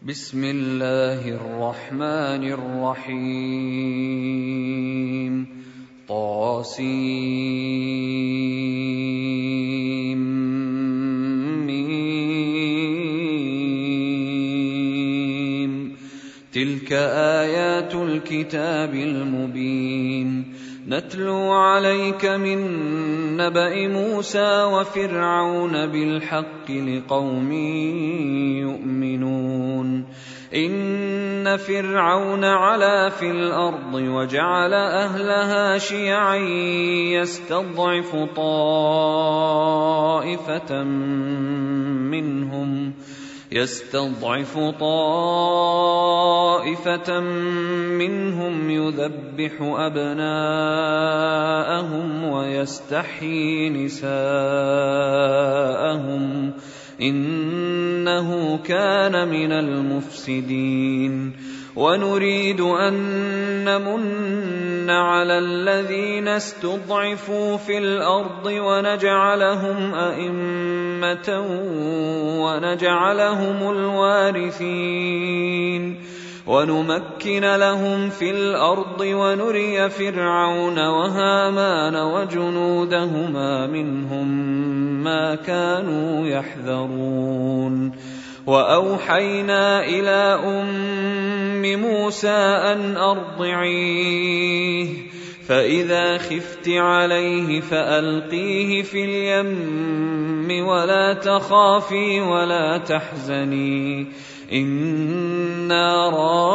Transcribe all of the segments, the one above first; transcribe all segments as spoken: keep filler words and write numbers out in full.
بسم الله الرحمن الرحيم. طاسيم ميم. تلك آيات الكتاب المبين. نتلو عليك من نبأ موسى وفرعون بالحق لقوم يؤمنون. إن فرعون علا في الأرض وجعل أهلها شيعا يستضعف طائفة منهم يستضعف طائفة منهم يذبح أبناءهم ويستحيي نساءهم إنه كان من المفسدين. ونريد أن نمن على الذين استضعفوا في الأرض ونجعلهم أئمة ونجعلهم الوارثين ونمكن لهم في الأرض ونري فرعون وهامان وجنودهما منهم ما كانوا يحذرون. وأوحينا إلى أم موسى أن أرضعيه فإذا خفت عليه فألقيه في اليم ولا تخافي ولا تحزني إنا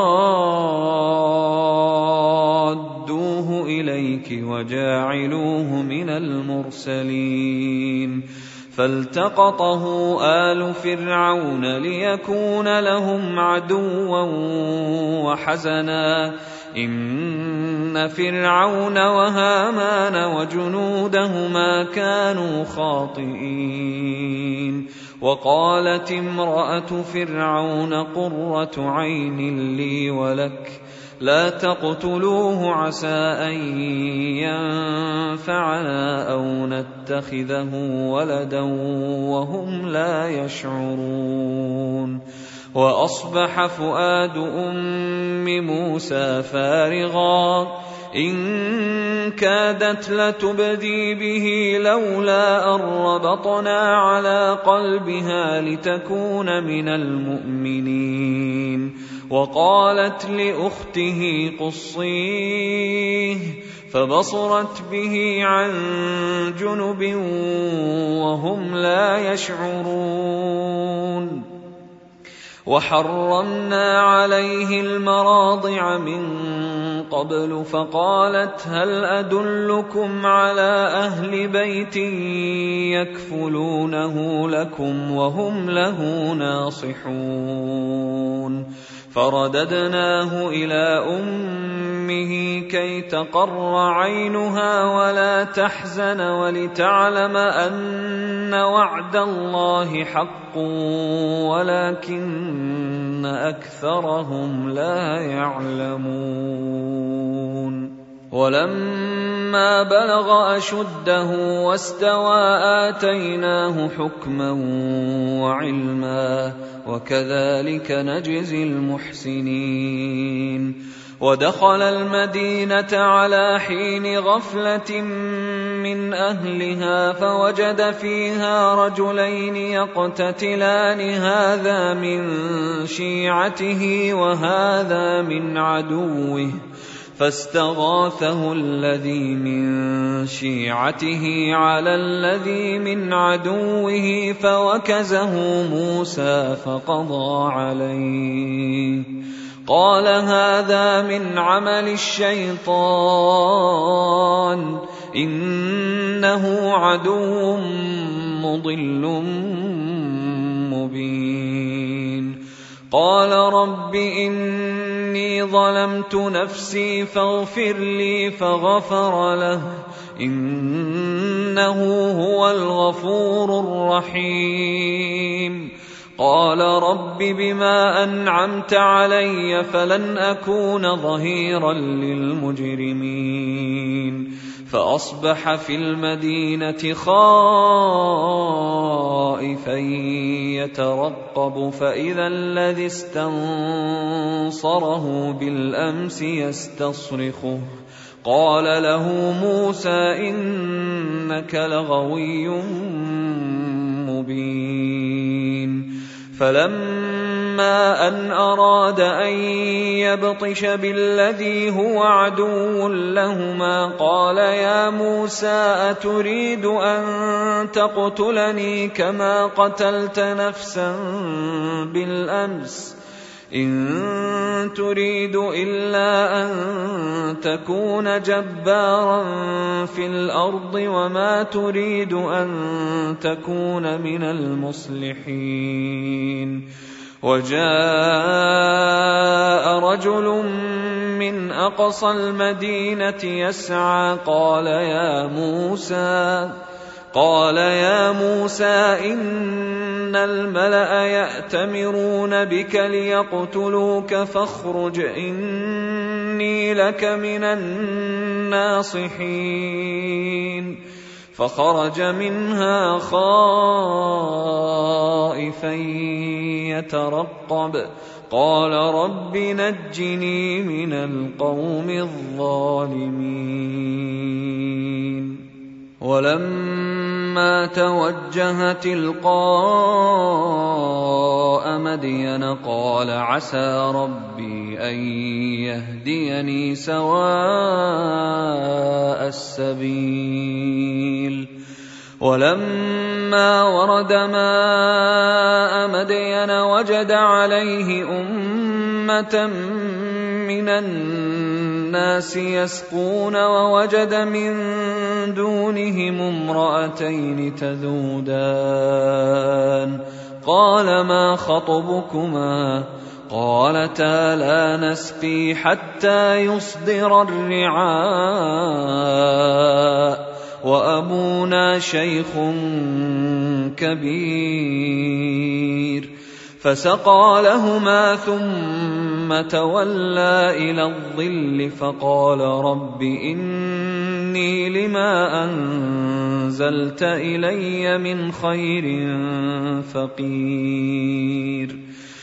رادوه إليك وجاعلوه من المرسلين. فالتقطه آل فرعون ليكون لهم عدوا وحزنا إن فرعون وهامان وجنودهما كانوا خاطئين. وقالت امرأة فرعون قرة عين لي ولك لا تقتلوه عسى أن ينفعنا أو نتخذه ولدا وهم لا يشعرون. وأصبح فؤاد أم موسى فارغا إن كادت لتبدي به لولا أن ربطنا على قلبها لتكون من المؤمنين. وقالت لأخته قصيه فبصرت به عن جنب وهم لا يشعرون. وحرمنا عليه المراضع من قبل فقالت هل أدلكم على أهل بيت يكفلونه لكم وهم له ناصحون. فرددناه إلى أمه كي تقر عينها ولا تحزن ولتعلم أن وعد الله حق ولكن أكثرهم لا يعلمون. ولما بلغ أشده واستوى آتيناه حكما وعلما وكذلك نجزي المحسنين. ودخل المدينة على حين غفلة من أهلها فوجد فيها رجلين يقتتلان هذا من شيعته وهذا من عدوه فاستغاثه الذي من شيعته على الذي من عدوه فوكزه موسى فقضى عليه قال هذا من عمل الشيطان إنه عدو مضل مبين. قال رب إني ظلمت نفسي فاغفر لي فغفر له إنه هو الغفور الرحيم. قال رب بما أنعمت علي فلن أكون ظهيرا للمجرمين. فأصبح في المدينة خائفا يترقب فإذا الذي استنصره بالأمس يستصرخه قال له موسى إنك لغوي مبين. فلما أن أراد أن يبطش بالذي هو عدو لهما قال يا موسى أتريد أن تقتلني كما قتلت نفسا بالأمس إن تريد إلا أن تكون جبارا في الأرض وما تريد أن تكون من المصلحين. وجاء رجل من أقصى المدينة يسعى قال يا موسى قال يا موسى إن الملأ يأتمرون بك ليقتلوك فاخرج إني لك من الناصحين. فخرج منها خائفا يترقب قال رب نجني من القوم الظالمين. ولما توجه تلقاء مدين قال عسى ربي أن يهديني سواء السبيل. ولما ورد ماء مدين وجد عليه أمة من الناس يسقون ووجد من دونهم امرأتين تذودان قال ما خطبكما قالتا لا نسقي حتى يصدر الرعاء وأبونا شيخ كبير. فسقى لهما ثم تولى إلى الظل فقال رب إني لما أنزلت إلي من خير فقير.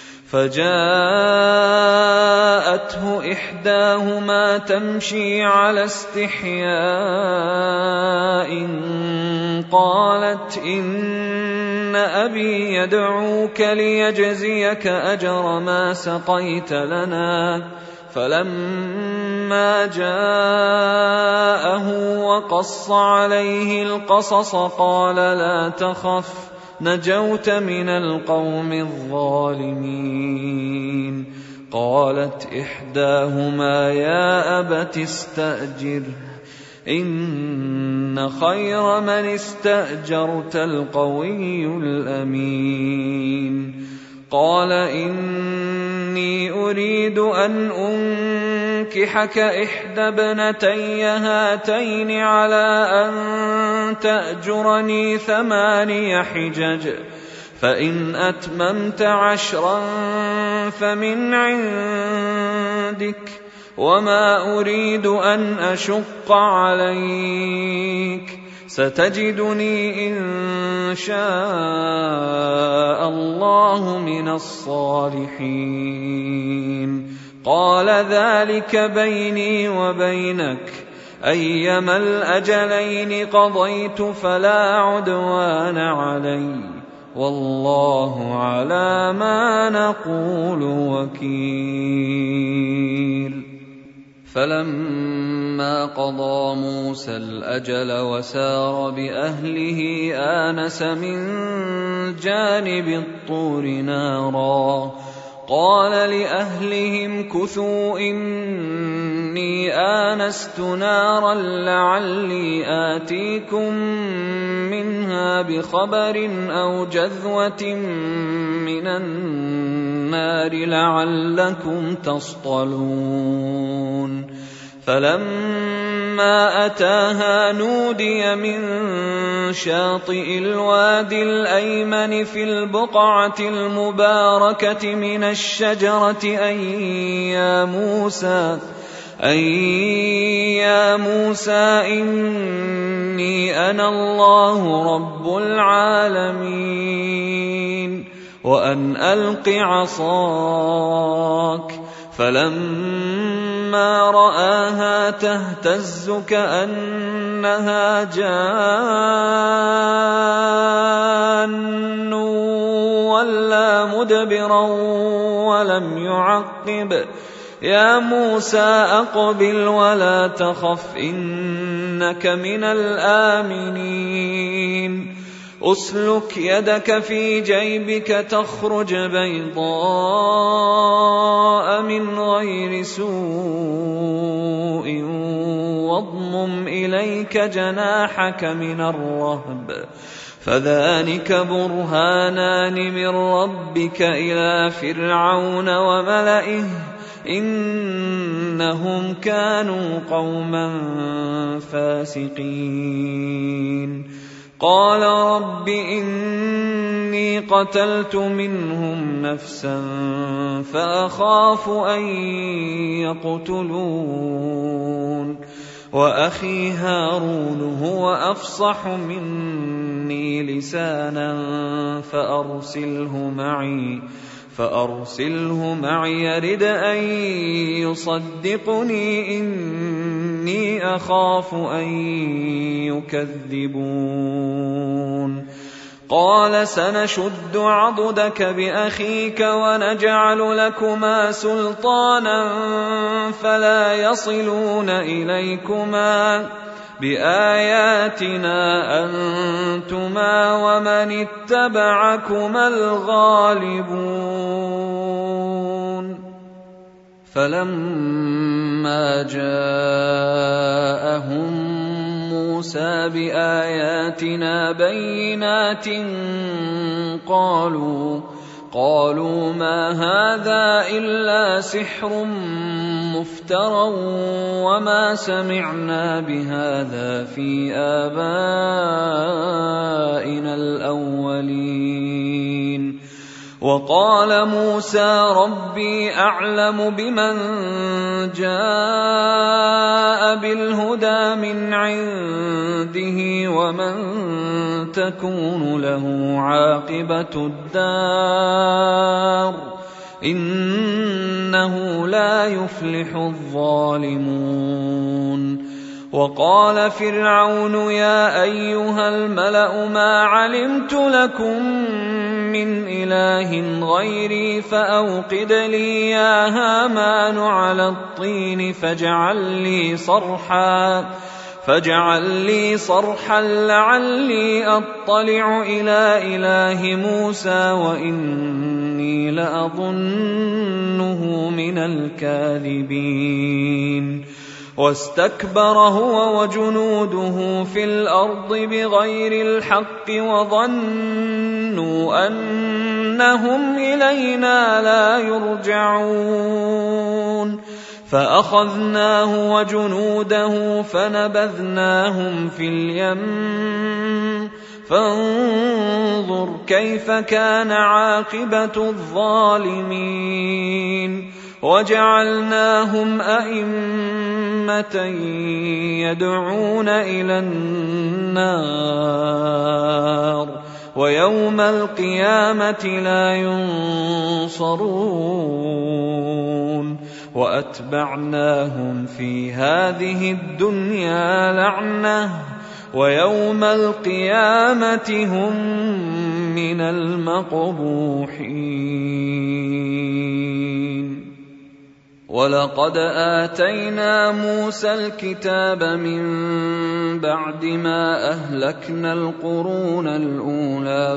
فجاءته إحداهما تمشي على استحياء قالت إن أبي يدعوك ليجزيك أجر ما سقيت لنا. فلما جاءه وقص عليه القصص قال لا تخف نجوت من القوم الظالمين. قالت إحداهما يا أبت استأجره إن خير من استأجرت القوي الأمين. قال إني أريد أن أنكحك إحدى ابنتي هاتين على أن تأجرني ثماني حجج فإن أتممت عشرا فمن عندك وما أريد أن أشق عليك ستجدني إن شاء الله من الصالحين. قال ذلك بيني وبينك أيما الأجلين قضيت فلا عدوان علي والله على ما نقول وكيل. فلما قضى موسى الأجل وسار بأهله آنس من جانب الطور نارا قال لأهلهم كثوا إني آنست نارا لعلي آتيكم منها بخبر أو جذوة من النار لعلكم تصطلون. فلما أتاها نودي من شاطئ الوادي الأيمن في البقعة المباركة من الشجرة أن يا موسى أن يا موسى إني أنا الله رب العالمين وأن ألق عصاك فلما رآها تهتز كأنها جان ولا مدبرا ولم يعقب يا موسى أقبل ولا تخف إنك من الآمنين أسلك يدك في جيبك تخرج بيضاء من غير سوء واضمم إليك جناحك من الرهب فذلك برهانان من ربك إلى فرعون وملئه إنهم كانوا قوما فاسقين قال رب إني قتلت منهم نفسا فأخاف أن يقتلون وأخي هارون هو أفصح مني لسانا فأرسله معي فأرسله معي يرد أن يصدقني إني أخاف أن يكذبون قال سنشد عضدك بأخيك ونجعل لكما سلطانا فلا يصلون إليكما بآياتنا أنتما ومن اتبعكما الغالبون فلما جاءهم موسى بآياتنا بينات قالوا قالوا ما هذا إلا سحر مفترى وما سمعنا بهذا في آبائنا الأولين وقال موسى ربي أعلم بمن جاء بالهدى من عنده ومن تكون له عاقبة الدار إنه لا يفلح الظالمون وقال فرعون يا أيها الملأ ما علمت لكم من إله غيري فأوقد لي يا هامان على الطين فاجعل لي صرحا فاجعل لي صرحا لعلي أطلع إلى إله موسى وإني لأظنه من الكاذبين واستكبر هو وجنوده في الأرض بغير الحق وظنوا أنهم إلينا لا يرجعون فأخذناه وجنوده فنبذناهم في اليم فانظر كيف كان عاقبة الظالمين وجعلناهم أئمة يدعون إلى النار ويوم القيامة لا ينصرون وأتبعناهم في هذه الدنيا لعنة ويوم القيامة هم من المقبوحين ولقد آتينا موسى الكتاب من بعد ما أهلكنا القرون الأولى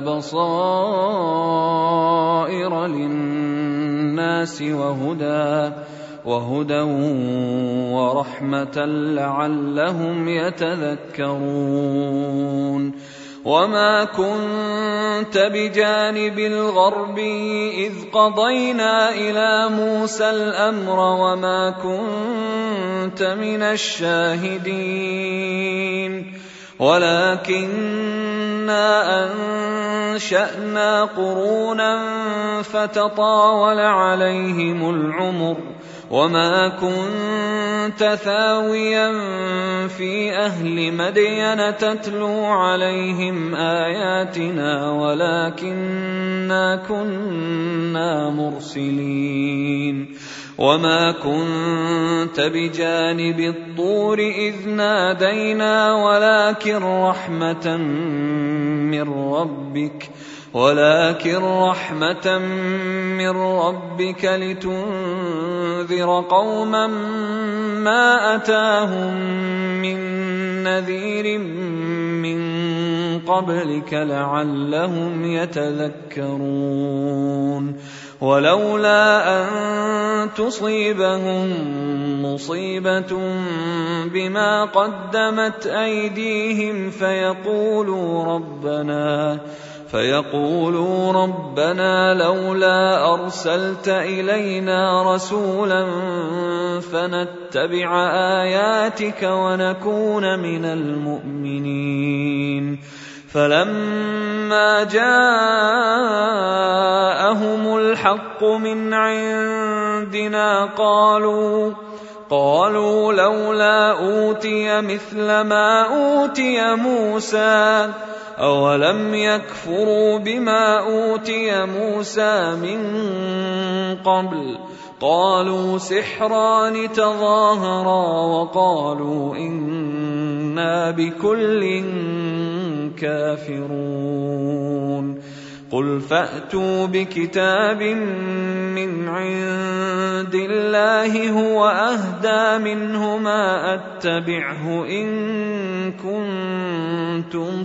بصائر للناس وهدى وهدى ورحمة لعلهم يتذكرون وما كنت بجانب الغرب إذ قضينا إلى موسى الأمر وما كنت من الشاهدين ولكننا أنشأنا قرونا فتطاول عليهم العمر وما كنت ثاويا في أهل مدين تتلو عليهم آياتنا ولكننا كنا مرسلين وما كنت بجانب الطور إذ نادينا ولكن رحمة من ربك ولكن رحمة من ربك لتنذر قوما ما أتاهم من نذير من قبلك لعلهم يتذكرون ولولا أن تصيبهم مصيبة بما قدمت أيديهم فيقولوا ربنا فيقولوا ربنا لولا أرسلت إلينا رسولا فنتبع آياتك ونكون من المؤمنين فلما جاءهم الحق من عندنا قالوا قالوا لولا أوتي مثل ما أوتي موسى أولم يكفروا بما أوتي موسى من قبل قالوا سحران تظاهرا وقالوا إنا بكل كافرون قل فأتوا بكتاب من عند الله هو أهدى منه ما أتبعه إن كنتم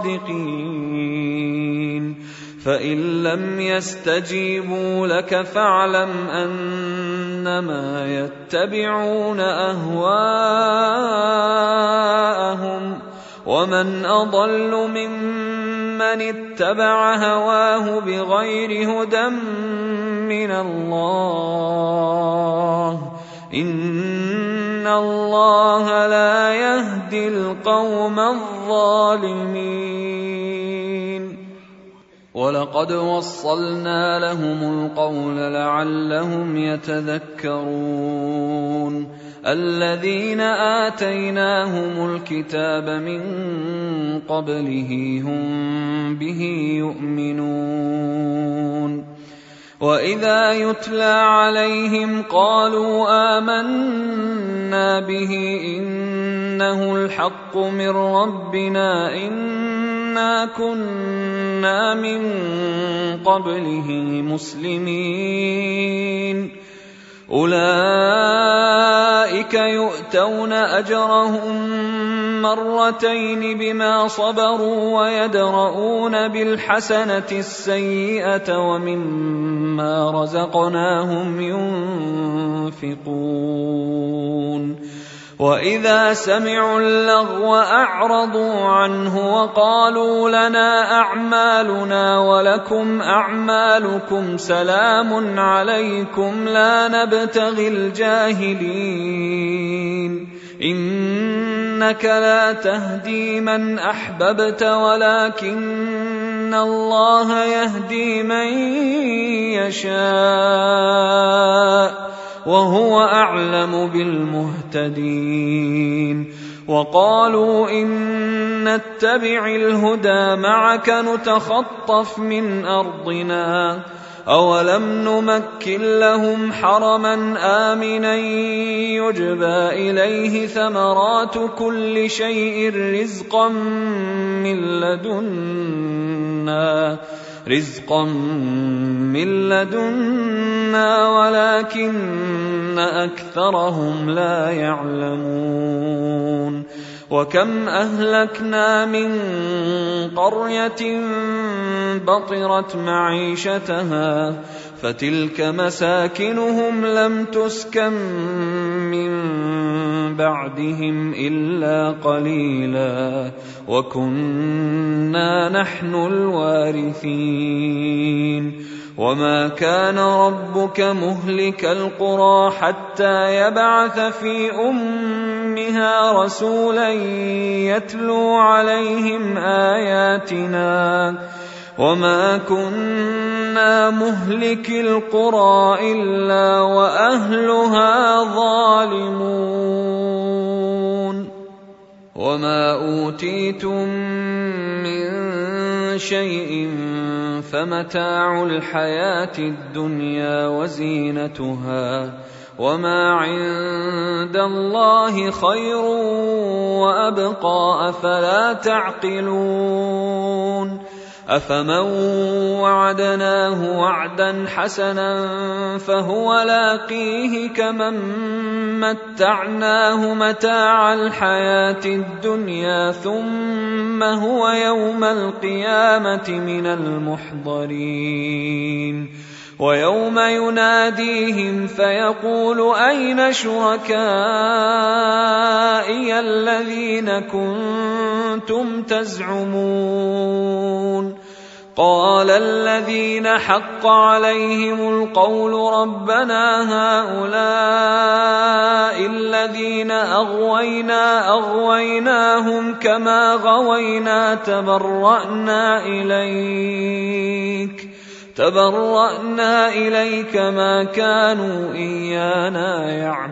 صادقين فإن لم يستجيبوا لك فاعلم أنما يتبعون أهواءهم ومن أضل ممن اتبع هواه بغير هدى من الله إن الله لا يهدي القوم الظالمين ولقد وصلنا لهم القول لعلهم يتذكرون الذين آتيناهم الكتاب من قبله هم به يؤمنون وإذا يتلى عليهم قالوا آمنا به إنه الحق من ربنا إنا كنا من قبله مسلمين أولئك يؤتون أجرهم مرتين بما صبروا ويدرؤون بالحسنة السيئة ومما رزقناهم ينفقون وإذا سمعوا اللغو أعرضوا عنه وقالوا لنا أعمالنا ولكم أعمالكم سلام عليكم لا نبتغي الجاهلين إنك لا تهدي من أحببت ولكن الله يهدي من يشاء وهو أعلم بالمهتدين وقالوا إن نتبع الهدى معك نتخطف من أرضنا أولم نمكن لهم حرما آمنا يجبى إليه ثمرات كل شيء رزقا من لدنا رزقا من لدنا ولكن أكثرهم لا يعلمون وكم أهلكنا من قرية بطرت معيشتها فتلك مساكنهم لم تسكن من بعدهم إلا قليلا وكنا نحن الوارثين وما كان ربك مهلك القرى حتى يبعث في أمها أمها رسولا يتلو عليهم آياتنا وما كنا مهلكي القرى إلا وأهلها ظالمون وما أوتيتم من شيء فمتاع الحياة الدنيا وزينتها وما عند الله خير وأبقى أفلا تعقلون أفمن وعدناه وعدا حسنا فهو لاقيه كمن متعناه متاع الحياة الدنيا ثم هو يوم القيامة من المحضرين ويوم يناديهم فيقول أين شركائي الذين كنتم تزعمون قال الذين حق عليهم القول ربنا هؤلاء الذين أغوينا أغويناهم كما غوينا تبرأنا إليك تبرأنا إليك ما كانوا إيانا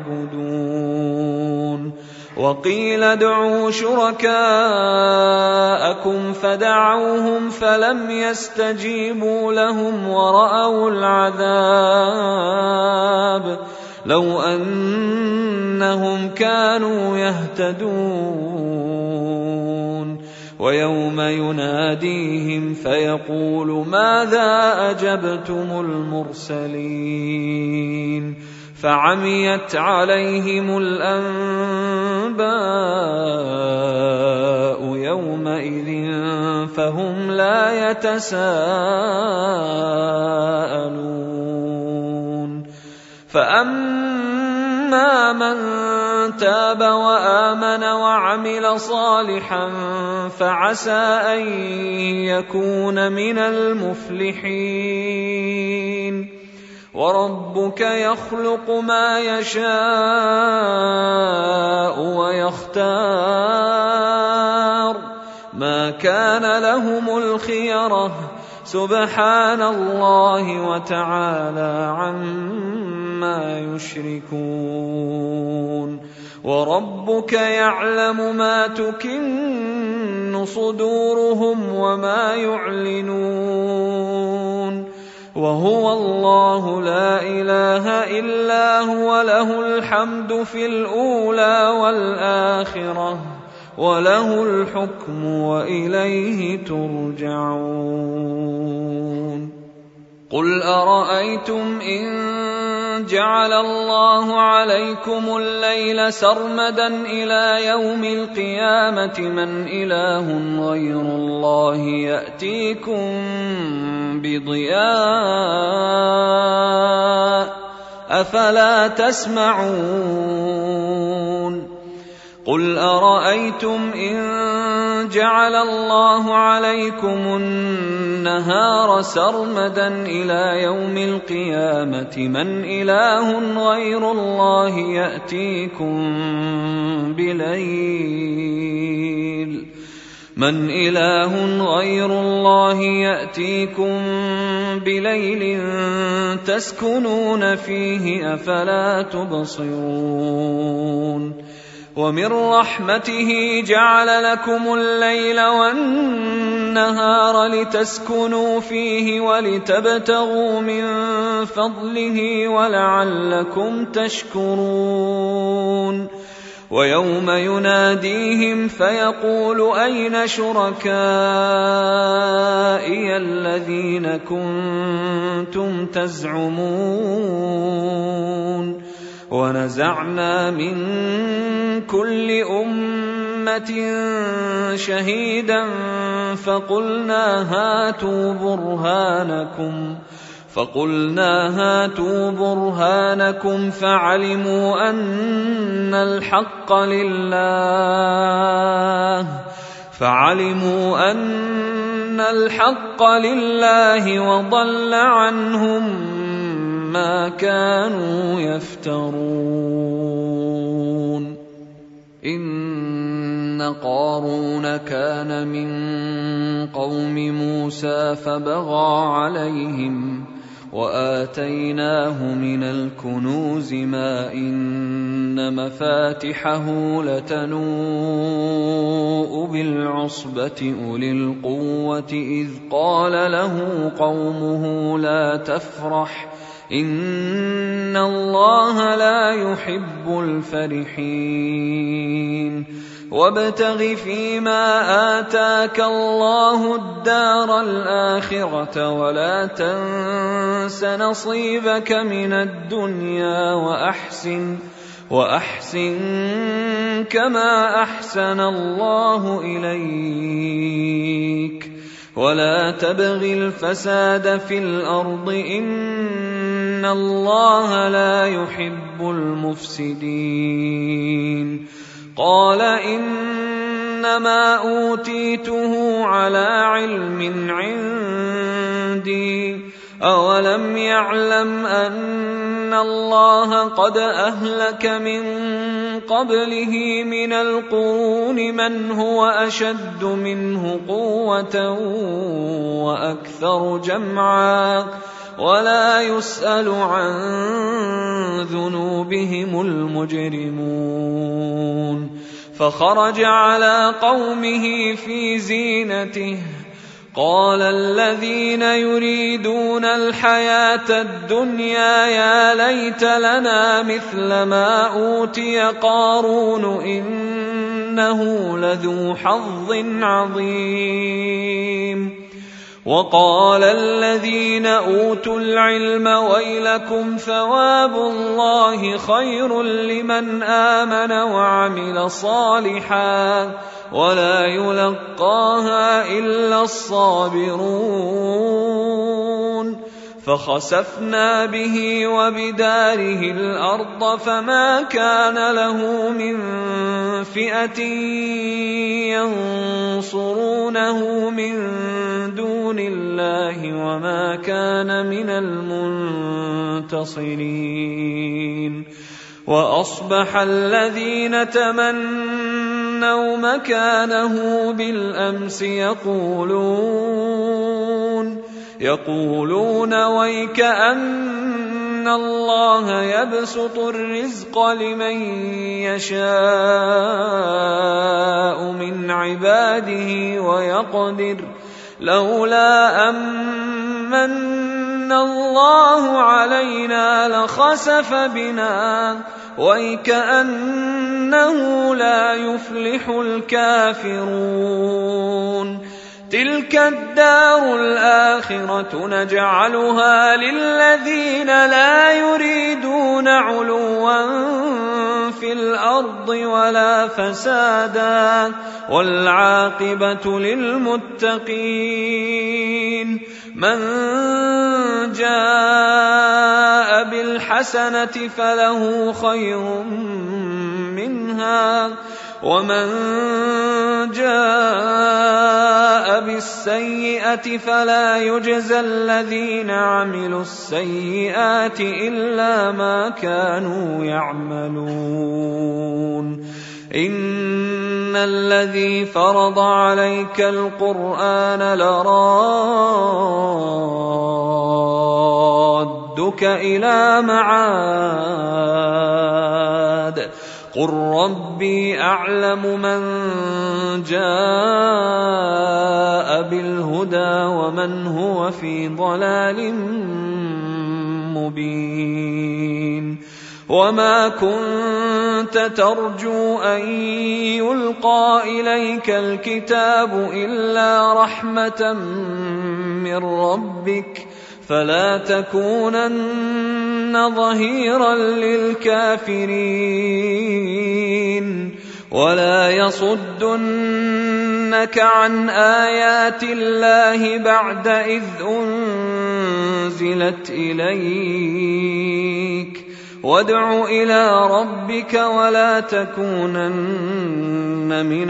يعبدون وقيل ادعوا شركاءكم فدعوهم فلم يستجيبوا لهم ورأوا العذاب لو أنهم كانوا يهتدون ويوم يناديهم فيقول ماذا أجبتم المرسلين فعميت عليهم الأنباء يومئذ فهم لا يتساءلون فأما من تاب وآمن وعمل صالحا فعسى أن يكون من المفلحين وربك يخلق ما يشاء ويختار ما كان لهم الخيرة سبحان الله وتعالى عما يشركون وربك يعلم ما تكن صدورهم وما يعلنون وهو الله لا إله إلا هو له الحمد في الأولى والآخرة وله الحكم وإليه ترجعون قل أرأيتم إن جعل الله عليكم الليل سرمدا إلى يوم القيامة من إله غير الله يأتيكم بضياء أفلا تسمعون قل أرأيتم إن جعل الله عليكم النهار سرمدا إلى يوم القيامة من إله غير الله يأتيكم بليل من إله غير الله يأتيكم بليل تسكنون فيه أفلا تبصرون ومن رحمته جعل لكم الليل والنهار لتسكنوا فيه ولتبتغوا من فضله ولعلكم تشكرون ويوم يناديهم فيقول أين شركائي الذين كنتم تزعمون ونزعنا من كل أمة شهيدا فقلنا هاتوا برهانكم فقلنا هاتوا برهانكم فعلموا أن الحق لله فعلموا أن الحق لله وضل عنهم ما كانوا يفترون قارون كان من قوم موسى فبغى عليهم وآتيناه من الكنوز ما إن مفاتحه لتنوء بالعصبة أولي القوة إذ قال له قومه لا تفرح إن الله لا يحب الفرحين وابتغ فيما آتاك الله الدار الآخرة ولا تنس نصيبك من الدنيا وأحسن وأحسن كما أحسن الله إليك ولا تبغ الفساد في الأرض إن الله لا يحب المفسدين قال إنما أوتيته على علم عندي أولم يعلم أن الله قد أهلك من قبله من القرون من هو أشد منه قوة وأكثر جمعا ولا يسأل عن ذنوبهم المجرمون فخرج على قومه في زينته قال الذين يريدون الحياة الدنيا يا ليت لنا مثل ما أوتي قارون إنه لذو حظ عظيم وقال الذين أوتوا العلم ويلكم ثواب الله خير لمن آمن وعمل صالحا ولا يلقاها إلا الصابرون فخسفنا به وبداره الأرض فما كان له من فئة ينصرونه من دون الله وما كان من المنتصرين وأصبح الذين تمنوا مكانه بالأمس يقولون يقولون ويك أن الله يبسط الرزق لمن يشاء من عباده ويقدر لولا أمن الله علينا لخسف بنا ويكأنه لا يفلح الكافرون تلك الدار الآخرة نجعلها للذين لا يريدون علوا في الأرض ولا فسادا والعاقبة للمتقين من جاء بالحسنة فله خير منها ومن جاء بالسيئة فلا يجزى الذين عملوا السيئات إلا ما كانوا يعملون إن الذي فرض عليك القرآن لرادك إلى معاد قل ربي أعلم من جاء بالهدى ومن هو في ضلال مبين وما كنت ترجو أن يلقى إليك الكتاب إلا رحمة من ربك فلا تكونن ظهيرا للكافرين ولا يصدنك عن آيات الله بعد إذ أنزلت إليك وادع إلى ربك ولا تكونن من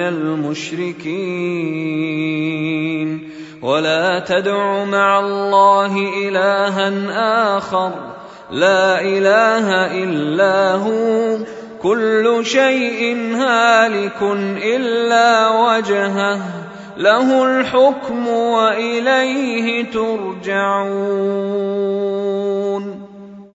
المشركين ولا تدع مع الله إلها آخر لا إله إلا هو كل شيء هالك إلا وجهه له الحكم وإليه ترجعون.